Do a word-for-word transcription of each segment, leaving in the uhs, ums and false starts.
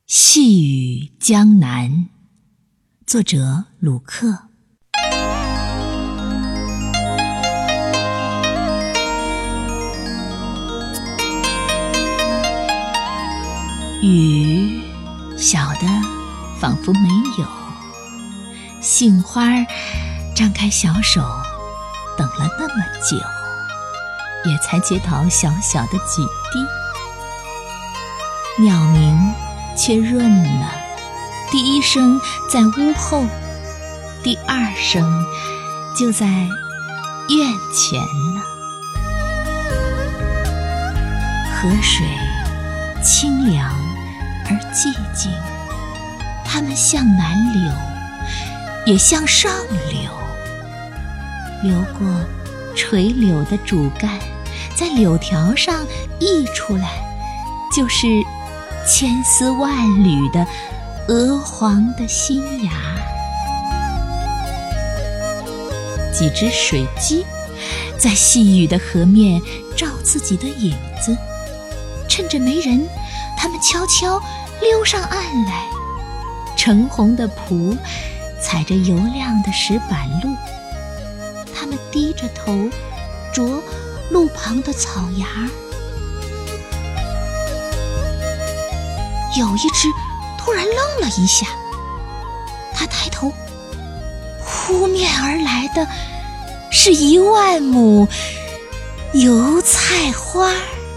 细雨江南，作者鲁克。雨小的仿佛没有，杏花张开小手，等了那么久，也才接到小小的几滴。鸟鸣却润了，第一声在屋后，第二声就在院前了。河水清凉而寂静，它们向南流，也向上流，流过垂柳的主干，在柳条上溢出来，就是千丝万缕的鹅黄的新芽。几只水鸡在细雨的河面照自己的影子，趁着没人，它们悄悄溜上岸来。橙红的蹼踩着油亮的石板路，它们低着头啄路旁的草芽。有一只突然愣了一下，它抬头，扑面而来的是一万亩油菜花。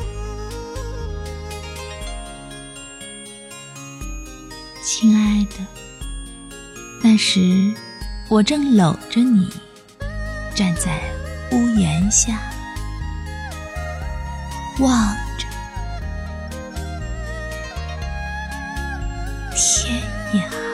亲爱的，那时我正搂着你，站在屋檐下，望着天涯。